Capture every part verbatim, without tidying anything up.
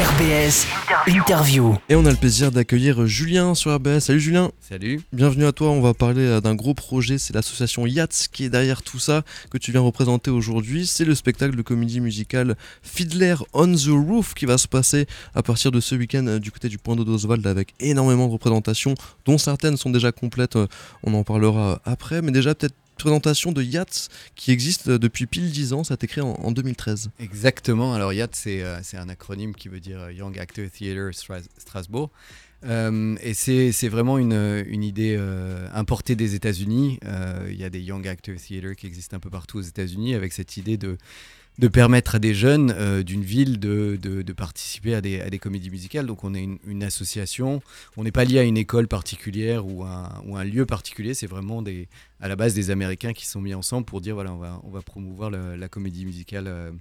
R B S Interview. Et on a le plaisir d'accueillir Julien sur R B S. Salut Julien. Salut. Bienvenue à toi, on va parler d'un gros projet, c'est l'association Yachts qui est derrière tout ça, que tu viens représenter aujourd'hui. C'est le spectacle de comédie musicale Fiddler on the Roof qui va se passer à partir de ce week-end du côté du Point d'eau d'Oswald avec énormément de représentations, dont certaines sont déjà complètes, on en parlera après, mais déjà peut-être présentation de Yachts qui existe depuis pile dix ans, ça a été créé en, en deux mille treize. Exactement, alors Yachts c'est, euh, c'est un acronyme qui veut dire Young Actor Theatre Stras- Strasbourg. Euh, et c'est, c'est vraiment une, une idée euh, importée des États-Unis. Euh, il y a des Young Actor Theatre qui existent un peu partout aux États-Unis avec cette idée de, de permettre à des jeunes euh, d'une ville de, de, de participer à des, à des comédies musicales. Donc on est une, une association, on n'est pas lié à une école particulière ou un, ou un lieu particulier, c'est vraiment des, à la base des Américains qui se sont mis ensemble pour dire voilà, on va, on va promouvoir le, la comédie musicale euh,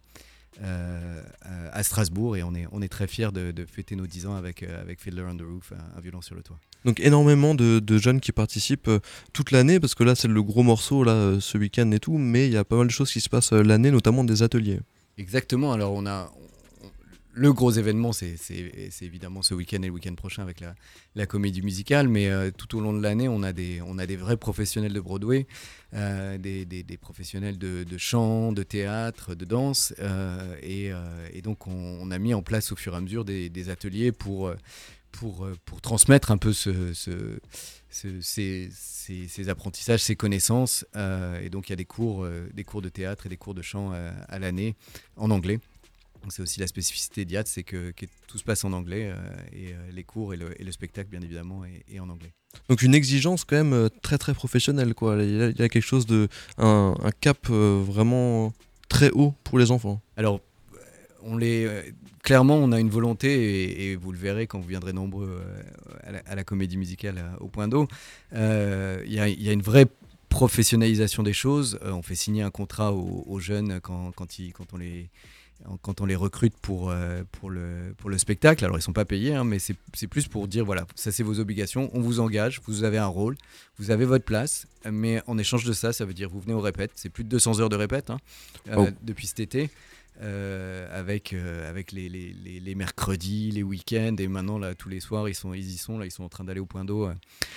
euh, à Strasbourg et on est, on est très fiers de, de fêter nos dix ans avec, euh, avec Fiddler on the Roof, un, un violon sur le toit. Donc énormément de, de jeunes qui participent euh, toute l'année, parce que là c'est le gros morceau là, euh, ce week-end et tout, mais il y a pas mal de choses qui se passent euh, l'année, notamment des ateliers. Exactement, alors on a... on- le gros événement, c'est, c'est, c'est évidemment ce week-end et le week-end prochain avec la, la comédie musicale, mais euh, tout au long de l'année, on a des, on a des vrais professionnels de Broadway, euh, des, des, des professionnels de, de chant, de théâtre, de danse, euh, et, euh, et donc on, on a mis en place au fur et à mesure des, des ateliers pour, euh, pour, euh, pour transmettre un peu ce, ce, ce- ces, ces- ces apprentissages, ces connaissances, euh, et donc il y a des cours, euh, des cours de théâtre et des cours de chant euh, à l'année en anglais. Donc c'est aussi la spécificité d'I A T, c'est que, que tout se passe en anglais euh, et euh, les cours et le, et le spectacle, bien évidemment, est, est en anglais. Donc une exigence quand même euh, très très professionnelle, quoi. Il y a, il y a quelque chose de... un, un cap euh, vraiment très haut pour les enfants. Alors, euh, on les, euh, clairement, on a une volonté, et, et vous le verrez quand vous viendrez nombreux euh, à, la, à la comédie musicale euh, au Point d'eau. Euh, Il y, a, il y a une vraie professionnalisation des choses. Euh, on fait signer un contrat aux, aux jeunes quand, quand, ils, quand on les... quand on les recrute pour, euh, pour, le, pour le spectacle. Alors ils ne sont pas payés, hein, mais c'est, c'est plus pour dire, voilà, ça c'est vos obligations, on vous engage, vous avez un rôle, vous avez votre place, mais en échange de ça, ça veut dire vous venez aux répètes, c'est plus de deux cents heures de répètes hein, euh, Oh. depuis cet été, euh, avec, euh, avec les, les, les, les mercredis, les week-ends, et maintenant là, tous les soirs, ils, sont, ils y sont, là, ils sont en train d'aller au Point d'eau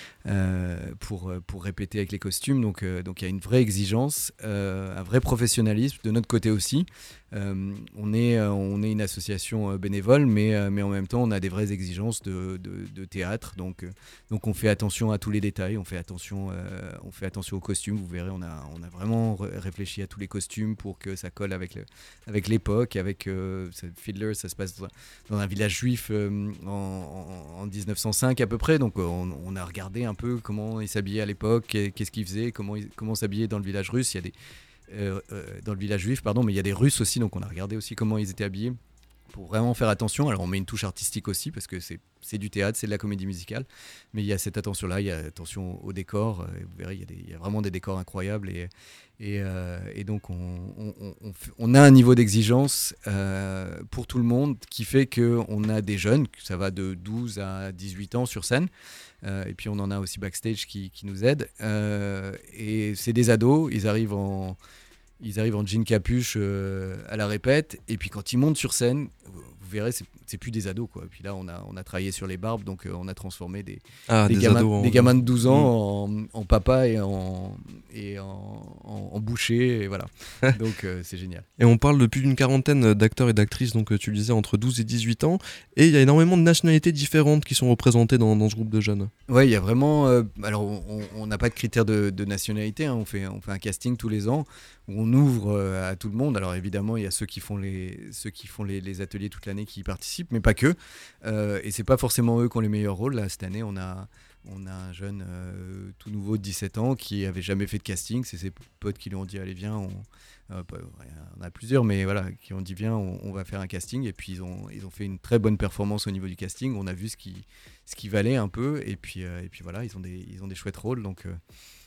euh, pour, pour répéter avec les costumes, donc euh, donc il y a une vraie exigence, euh, un vrai professionnalisme de notre côté aussi. Euh, on, est, euh, on est une association euh, bénévole, mais, euh, mais en même temps, on a des vraies exigences de, de, de théâtre. Donc, euh, donc, on fait attention à tous les détails, on fait attention, euh, on fait attention aux costumes. Vous verrez, on a, on a vraiment ré- réfléchi à tous les costumes pour que ça colle avec, le, avec l'époque. Avec euh, ce Fiddler, ça se passe dans un, dans un village juif euh, en, en, en dix-neuf cent cinq à peu près. Donc, euh, on, on a regardé un peu comment ils s'habillaient à l'époque, qu'est- qu'est-ce qu'ils faisaient, comment, ils- comment s'habiller dans le village russe. Il y a des Euh, euh, dans le village juif, pardon, mais il y a des Russes aussi, donc on a regardé aussi comment ils étaient habillés pour vraiment faire attention. Alors on met une touche artistique aussi parce que c'est, c'est du théâtre, c'est de la comédie musicale, mais il y a cette attention-là, il y a attention au décor, euh, et vous verrez, il y, a des, il y a vraiment des décors incroyables et, et, euh, et donc on, on, on, on fait- on a un niveau d'exigence euh, pour tout le monde qui fait qu'on a des jeunes, ça va de douze à dix-huit ans sur scène. Euh, et puis on en a aussi backstage qui, qui nous aident. Euh, et c'est des ados, ils arrivent en, ils arrivent en jean capuche euh, à la répète. Et puis quand ils montent sur scène, vous, vous verrez, c'est, c'est plus des ados, quoi. Et puis là, on a, on a travaillé sur les barbes, donc euh, on a transformé des, Ah, des, des, gamins, ados en- des gamins de douze ans en, en papa et en, et en, en, en boucher. Et voilà. Donc euh, c'est génial. Et on parle de plus d'une quarantaine d'acteurs et d'actrices, donc euh, tu le disais, entre douze et dix-huit ans, et il y a énormément de nationalités différentes qui sont représentées dans, dans ce groupe de jeunes. Ouais, il y a vraiment. euh, alors, on on n'a pas de critères de, de nationalité. Hein, on fait, on fait un casting tous les ans où on ouvre euh, à tout le monde. Alors, évidemment, il y a ceux qui font les, ceux qui font les, les ateliers toute l'année qui y participent, mais pas que. Euh, et c'est pas forcément eux qui ont les meilleurs rôles. Là, cette année, on a, on a un jeune euh, tout nouveau de dix-sept ans qui avait jamais fait de casting. C'est ses potes qui lui ont dit allez viens. On, euh, pas- ouais, on a plusieurs, mais voilà, qui ont dit viens, on, on va faire un casting. Et puis ils ont, ils ont fait une très bonne performance au niveau du casting. On a vu ce qui, ce qui valait un peu. Et puis, euh, et puis voilà, ils ont des, ils ont des chouettes rôles. Donc, euh,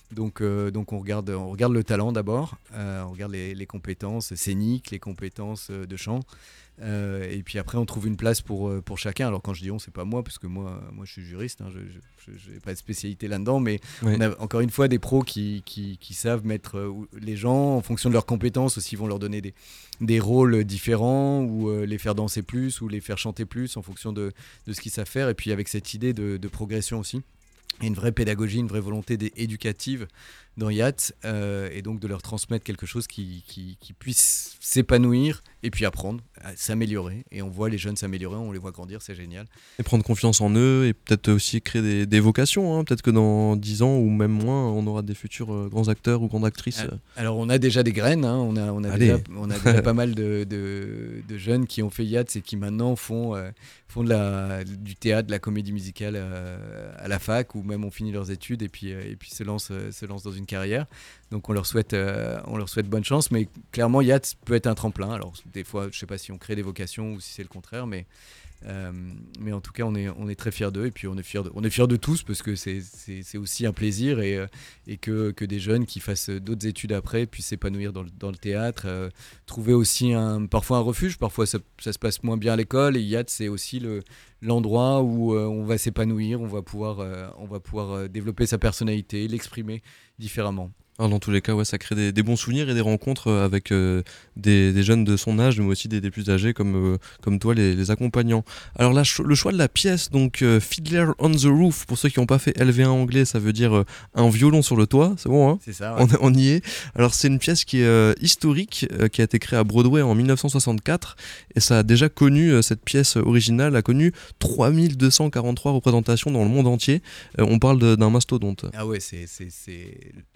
Donc, euh, donc on, regarde, on regarde le talent d'abord, euh, on regarde les, les compétences scéniques, les compétences de chant. Euh, et puis après, on trouve une place pour, pour chacun. Alors quand je dis on, c'est pas moi, parce que moi, moi je suis juriste, hein, je n'ai pas de spécialité là-dedans, mais ouais. On a encore une fois des pros qui, qui, qui savent mettre euh, les gens en fonction de leurs compétences aussi, vont leur donner des, des rôles différents, ou euh, les faire danser plus, ou les faire chanter plus en fonction de, de ce qu'ils savent faire. Et puis avec cette idée de, de progression aussi. Et une vraie pédagogie, une vraie volonté éducative dans Yacht, euh, et donc de leur transmettre quelque chose qui, qui, qui puisse s'épanouir et puis apprendre, s'améliorer. Et on voit les jeunes s'améliorer, on les voit grandir, c'est génial. Et prendre confiance en eux, et peut-être aussi créer des, des vocations. Hein. Peut-être que dans dix ans ou même moins, on aura des futurs euh, grands acteurs ou grandes actrices. Alors on a déjà des graines, hein. on, a, on, a déjà, on a déjà pas mal de, de, de jeunes qui ont fait Yacht et qui maintenant font, euh, font de la, du théâtre, de la comédie musicale euh, à la fac, ou même ont fini leurs études et puis, euh, et puis se, lancent, euh, se lancent dans une carrière. Donc on leur souhaite, euh, on leur souhaite bonne chance, mais clairement Yacht peut être un tremplin. Alors des fois, je sais pas si on crée des vocations ou si c'est le contraire, mais euh, mais en tout cas, on est on est très fiers d'eux, et puis on est fiers de, on est fiers de tous, parce que c'est c'est, c'est aussi un plaisir, et et que que des jeunes qui fassent d'autres études après puissent s'épanouir dans le, dans le théâtre, euh, trouver aussi un parfois un refuge. Parfois ça, ça se passe moins bien à l'école, et Yacht, c'est aussi le l'endroit où euh, on va s'épanouir, on va pouvoir euh, on va pouvoir euh, développer sa personnalité, l'exprimer différemment. Alors dans tous les cas, ouais, ça crée des, des bons souvenirs et des rencontres avec euh, des, des jeunes de son âge, mais aussi des, des plus âgés comme, euh, comme toi, les, les accompagnants. Alors là, le choix de la pièce, donc euh, Fiddler on the Roof, pour ceux qui n'ont pas fait L V un anglais, ça veut dire euh, un violon sur le toit, c'est bon, hein ? C'est ça, ouais. on, on y est. Alors c'est une pièce qui est euh, historique, euh, qui a été créée à Broadway en dix-neuf cent soixante-quatre, et ça a déjà connu, euh, cette pièce originale a connu trois mille deux cent quarante-trois représentations dans le monde entier. Euh, on parle de, d'un mastodonte. Ah ouais, c'est... c'est, c'est...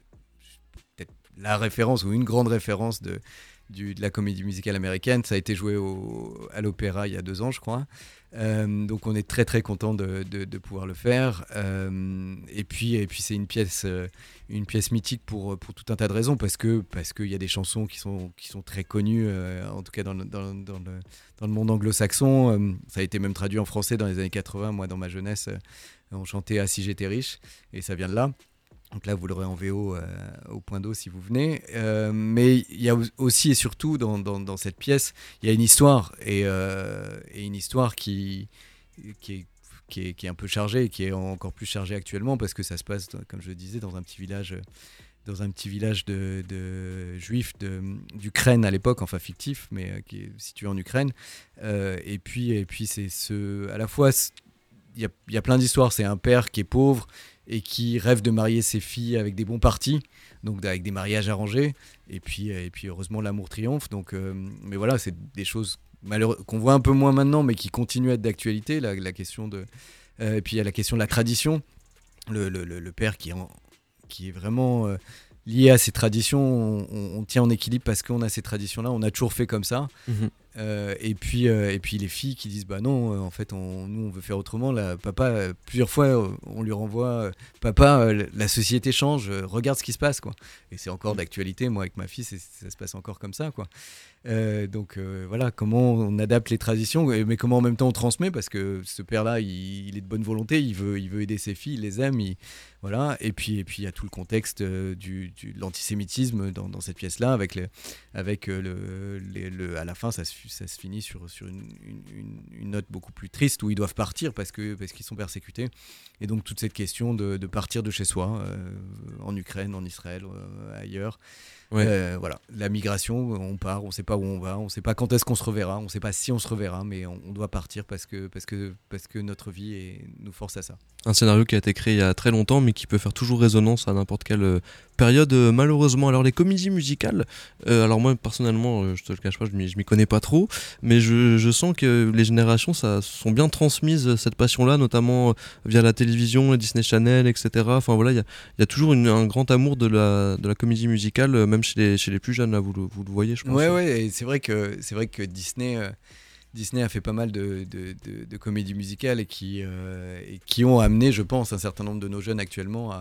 la référence, ou une grande référence de, du, de la comédie musicale américaine. Ça a été joué au, à l'opéra il y a deux ans, je crois. Euh, donc on est très très content de, de, de pouvoir le faire. Euh, et puis, et puis c'est une pièce, euh, une pièce mythique pour, pour tout un tas de raisons, parce que parce qu'il y a des chansons qui sont, qui sont très connues, euh, en tout cas dans le, dans, dans le, dans le monde anglo-saxon. Euh, ça a été même traduit en français dans les années quatre-vingts. Moi, dans ma jeunesse, euh, on chantait « Ah si j'étais riche », et ça vient de là. Donc là, vous l'aurez en V O euh, au Point d'eau si vous venez. Euh, mais il y a aussi et surtout dans, dans, dans cette pièce, il y a une histoire, et, euh, et une histoire qui, qui, est, qui, est, qui est un peu chargée, et qui est encore plus chargée actuellement, parce que ça se passe, comme je le disais, dans un petit village, dans un petit village de, de juifs de, d'Ukraine à l'époque, enfin fictif, mais euh, qui est situé en Ukraine. Euh, et puis, et puis c'est ce, à la fois, il y a, y a plein d'histoires. C'est un père qui est pauvre et qui rêve de marier ses filles avec des bons partis, donc avec des mariages arrangés, et puis, et puis heureusement l'amour triomphe. Donc, euh, mais voilà, c'est des choses malheureux, qu'on voit un peu moins maintenant, mais qui continuent à être d'actualité, la, la question de, euh, et puis il y a la question de la tradition, le, le, le, le père qui est, en, qui est vraiment euh, lié à ces traditions. On, on tient en équilibre parce qu'on a ces traditions-là, on a toujours fait comme ça. Mmh. Euh, et puis euh, et puis les filles qui disent bah non, euh, en fait on, nous on veut faire autrement. Là, papa, euh, plusieurs fois euh, on lui renvoie euh, papa, euh, la société change, euh, regarde ce qui se passe, quoi. Et c'est encore d'actualité. Moi avec ma fille, c'est, ça se passe encore comme ça, quoi. Euh, donc euh, voilà, comment on adapte les traditions, mais comment en même temps on transmet, parce que ce père-là, il, il est de bonne volonté, il veut, il veut aider ses filles, il les aime, il, voilà. Et puis et puis il y a tout le contexte euh, du, du, de l'antisémitisme dans, dans cette pièce-là, avec le, avec euh, le, les, le, à la fin ça se, ça se finit sur, sur une, une, une note beaucoup plus triste, où ils doivent partir parce que parce qu'ils sont persécutés. Et donc toute cette question de, de partir de chez soi, euh, en Ukraine, en Israël, euh, ailleurs. Ouais. Euh, voilà, la migration, on part, on ne sait pas où on va, on ne sait pas quand est-ce qu'on se reverra, on ne sait pas si on se reverra, mais on, on doit partir parce que, parce, que, parce que notre vie est, nous force à ça. Un scénario qui a été créé il y a très longtemps, mais qui peut faire toujours résonance à n'importe quelle euh, période, euh, malheureusement. Alors les comédies musicales, euh, alors moi personnellement, euh, je te le cache pas, je m'y, je m'y connais pas trop, mais je, je sens que les générations ça, sont bien transmises cette passion-là, notamment via la télévision, Disney Channel, et cetera. Enfin voilà, il y a, y a toujours une, un grand amour de la, de la comédie musicale, même chez les, chez les plus jeunes, là, vous, le, vous le voyez, je pense. Ouais, ouais, et c'est vrai que, c'est vrai que Disney... Euh... Disney a fait pas mal de, de, de, de comédies musicales et qui, euh, et qui ont amené, je pense, un certain nombre de nos jeunes actuellement à,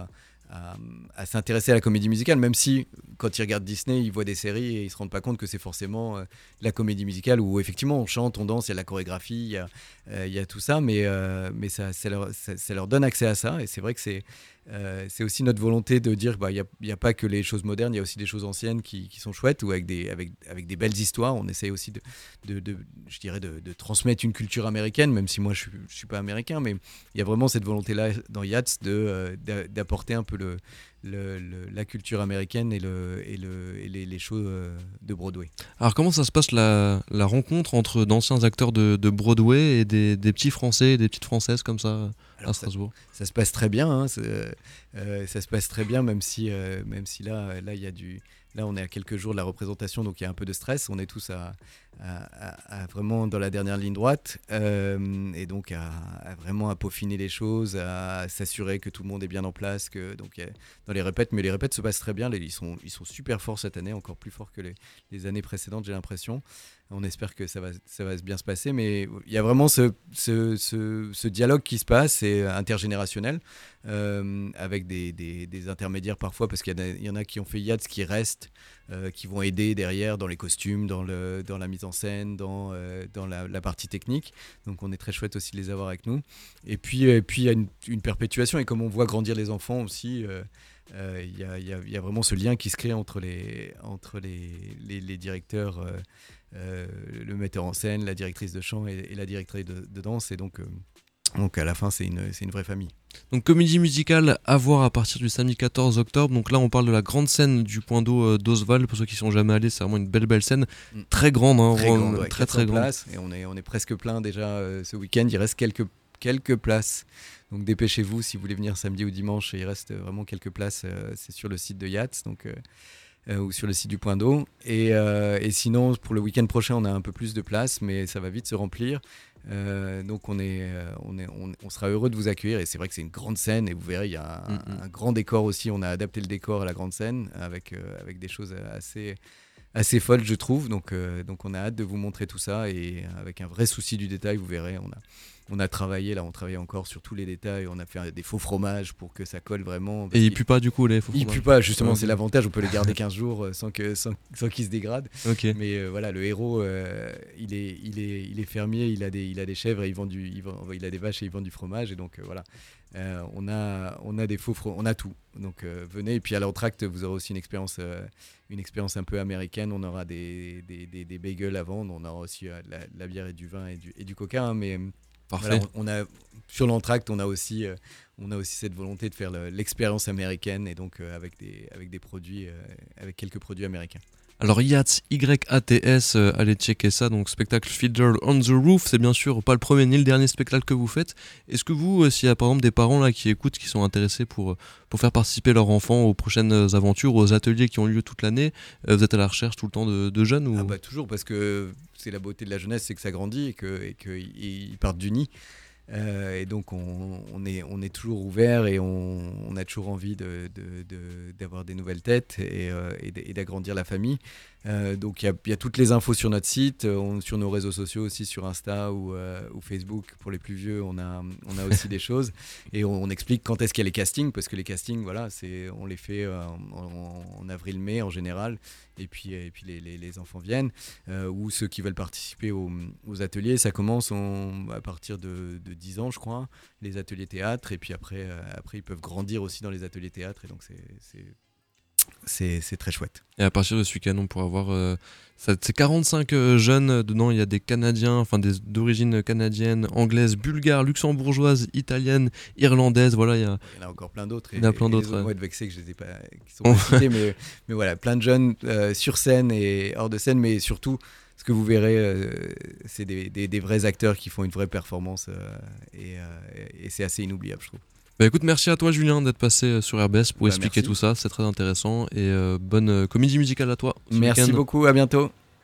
à, à s'intéresser à la comédie musicale, même si quand ils regardent Disney, ils voient des séries et ils se rendent pas compte que c'est forcément euh, la comédie musicale où effectivement on chante, on danse, il y a la chorégraphie, il y a, euh, il y a tout ça, mais, euh, mais ça, ça, leur, ça, ça leur donne accès à ça, et c'est vrai que c'est Euh, c'est aussi notre volonté de dire qu'il bah, n'y a, a pas que les choses modernes, il y a aussi des choses anciennes qui, qui sont chouettes, ou avec des, avec, avec des belles histoires. On essaye aussi de, de, de, je dirais de, de transmettre une culture américaine, même si moi je ne suis pas américain, mais il y a vraiment cette volonté-là dans Yachts de, euh, d'apporter un peu le, le, le, la culture américaine et, le, et, le, et les, les shows de Broadway. Alors comment ça se passe la, la rencontre entre d'anciens acteurs de, de Broadway et des, des petits Français et des petites Françaises comme ça à Strasbourg? ça, ça se passe très bien, hein, euh, ça se passe très bien, même si, euh, même si là, là, il y a du, là, on est à quelques jours de la représentation, donc il y a un peu de stress. On est tous à, à, à, à vraiment dans la dernière ligne droite, euh, et donc à, à vraiment à peaufiner les choses, à s'assurer que tout le monde est bien en place, que donc il y a, dans les répètes, mais les répètes se passent très bien. Les, ils sont, ils sont super forts cette année, encore plus forts que les, les années précédentes, j'ai l'impression. On espère que ça va, ça va bien se passer, mais il y a vraiment ce, ce, ce, ce dialogue qui se passe, c'est intergénérationnel, euh, avec des, des, des intermédiaires parfois, parce qu'il y, a, il y en a qui ont fait Yachts qui restent, euh, qui vont aider derrière dans les costumes, dans, le, dans la mise en scène, dans, euh, dans la, la partie technique. Donc on est très chouette aussi de les avoir avec nous. Et puis, et puis il y a une, une perpétuation, et comme on voit grandir les enfants aussi, euh, il euh, y, y, y a vraiment ce lien qui se crée entre les, entre les, les, les directeurs, euh, euh, le metteur en scène, la directrice de chant et, et la directrice de, de danse, et donc, euh, donc à la fin c'est une, c'est une vraie famille. Donc comédie musicale à voir à partir du samedi quatorze octobre. Donc là on parle de la grande scène du point d'eau d'Oswald. Pour ceux qui sont jamais allés, c'est vraiment une belle belle scène, mmh. très grande, hein, très grande, ouais, très très grande. Et on est on est presque plein déjà euh, ce week-end. Il reste quelques quelques places. Donc dépêchez-vous si vous voulez venir samedi ou dimanche. Il reste vraiment quelques places. Euh, c'est sur le site de Yachts, donc euh, euh, ou sur le site du point d'eau. Et, euh, et sinon pour le week-end prochain, on a un peu plus de places, mais ça va vite se remplir. Euh, donc on est, euh, on est, on, on sera heureux de vous accueillir, et c'est vrai que c'est une grande scène, et vous verrez il y a un, mm-hmm. un grand décor aussi. On a adapté le décor à la grande scène avec euh, avec des choses assez assez folles, je trouve. Donc euh, donc on a hâte de vous montrer tout ça, et avec un vrai souci du détail. Vous verrez, on a on a travaillé là, on travaille encore sur tous les détails. On a fait des faux fromages pour que ça colle vraiment. Et il pue pas du coup les faux fromages? Il pue pas, justement, ouais. C'est l'avantage. On peut les garder quinze jours sans que sans, sans qu'ils se dégradent. Okay. Mais euh, voilà, le héros, euh, il est il est il est fermier, il a des il a des chèvres et il vend du il, vend, il a des vaches et il vend du fromage, et donc euh, voilà. Euh, on a on a des faux fromages, on a tout. Donc euh, venez, et puis à l'entracte vous aurez aussi une expérience euh, une expérience un peu américaine. On aura des des, des, des bagels à vendre, on aura aussi euh, la, la bière et du vin et du et du coca, hein, mais parfait. Voilà, on, on a sur l'entracte, on a aussi euh, on a aussi cette volonté de faire le, l'expérience américaine, et donc euh, avec des avec des produits euh, avec quelques produits américains. Alors Yachts, Y A T S, euh, allez checker ça, donc spectacle Fiddler on the Roof, c'est bien sûr pas le premier ni le dernier spectacle que vous faites. Est-ce que vous, euh, s'il y a par exemple des parents là qui écoutent, qui sont intéressés pour, pour faire participer leur enfant aux prochaines aventures, aux ateliers qui ont lieu toute l'année, euh, vous êtes à la recherche tout le temps de, de jeunes ou... Ah bah toujours, parce que c'est la beauté de la jeunesse, c'est que ça grandit et que et que ils partent du nid. Euh, et donc on, on, est, on est toujours ouvert, et on, on a toujours envie de, de, de, d'avoir des nouvelles têtes, et, euh, et d'agrandir la famille. Euh, donc il y, y a toutes les infos sur notre site, on, sur nos réseaux sociaux aussi, sur Insta ou, euh, ou Facebook. Pour les plus vieux, on a, on a aussi des choses, et on, on explique quand est-ce qu'il y a les castings, parce que les castings, voilà, c'est, on les fait euh, en, en avril-mai en général, et puis, et puis les, les, les enfants viennent, euh, ou ceux qui veulent participer aux, aux ateliers. Ça commence on, à partir de, de dix ans, je crois, les ateliers théâtre, et puis après, euh, après ils peuvent grandir aussi dans les ateliers théâtre, et donc c'est, c'est C'est, c'est très chouette. Et à partir de ce week-end, on pourra voir euh, ça, c'est quarante-cinq euh, jeunes. Dedans, il y a des Canadiens, enfin des, d'origine canadienne, anglaise, bulgare, luxembourgeoise, italienne, irlandaise. Voilà, il y a. Il y en a encore plein d'autres. Il y en a plein d'autres. On va être vexés que je les ai pas, qui sont pas cités, mais, mais voilà, plein de jeunes euh, sur scène et hors de scène, mais surtout. Ce que vous verrez, euh, c'est des, des, des vrais acteurs qui font une vraie performance, euh, et, euh, et c'est assez inoubliable, je trouve. Bah écoute, merci à toi Julien d'être passé sur R B S pour bah expliquer merci. tout ça, c'est très intéressant, et euh, bonne euh, comédie musicale à toi. Merci week-end. Beaucoup, à bientôt.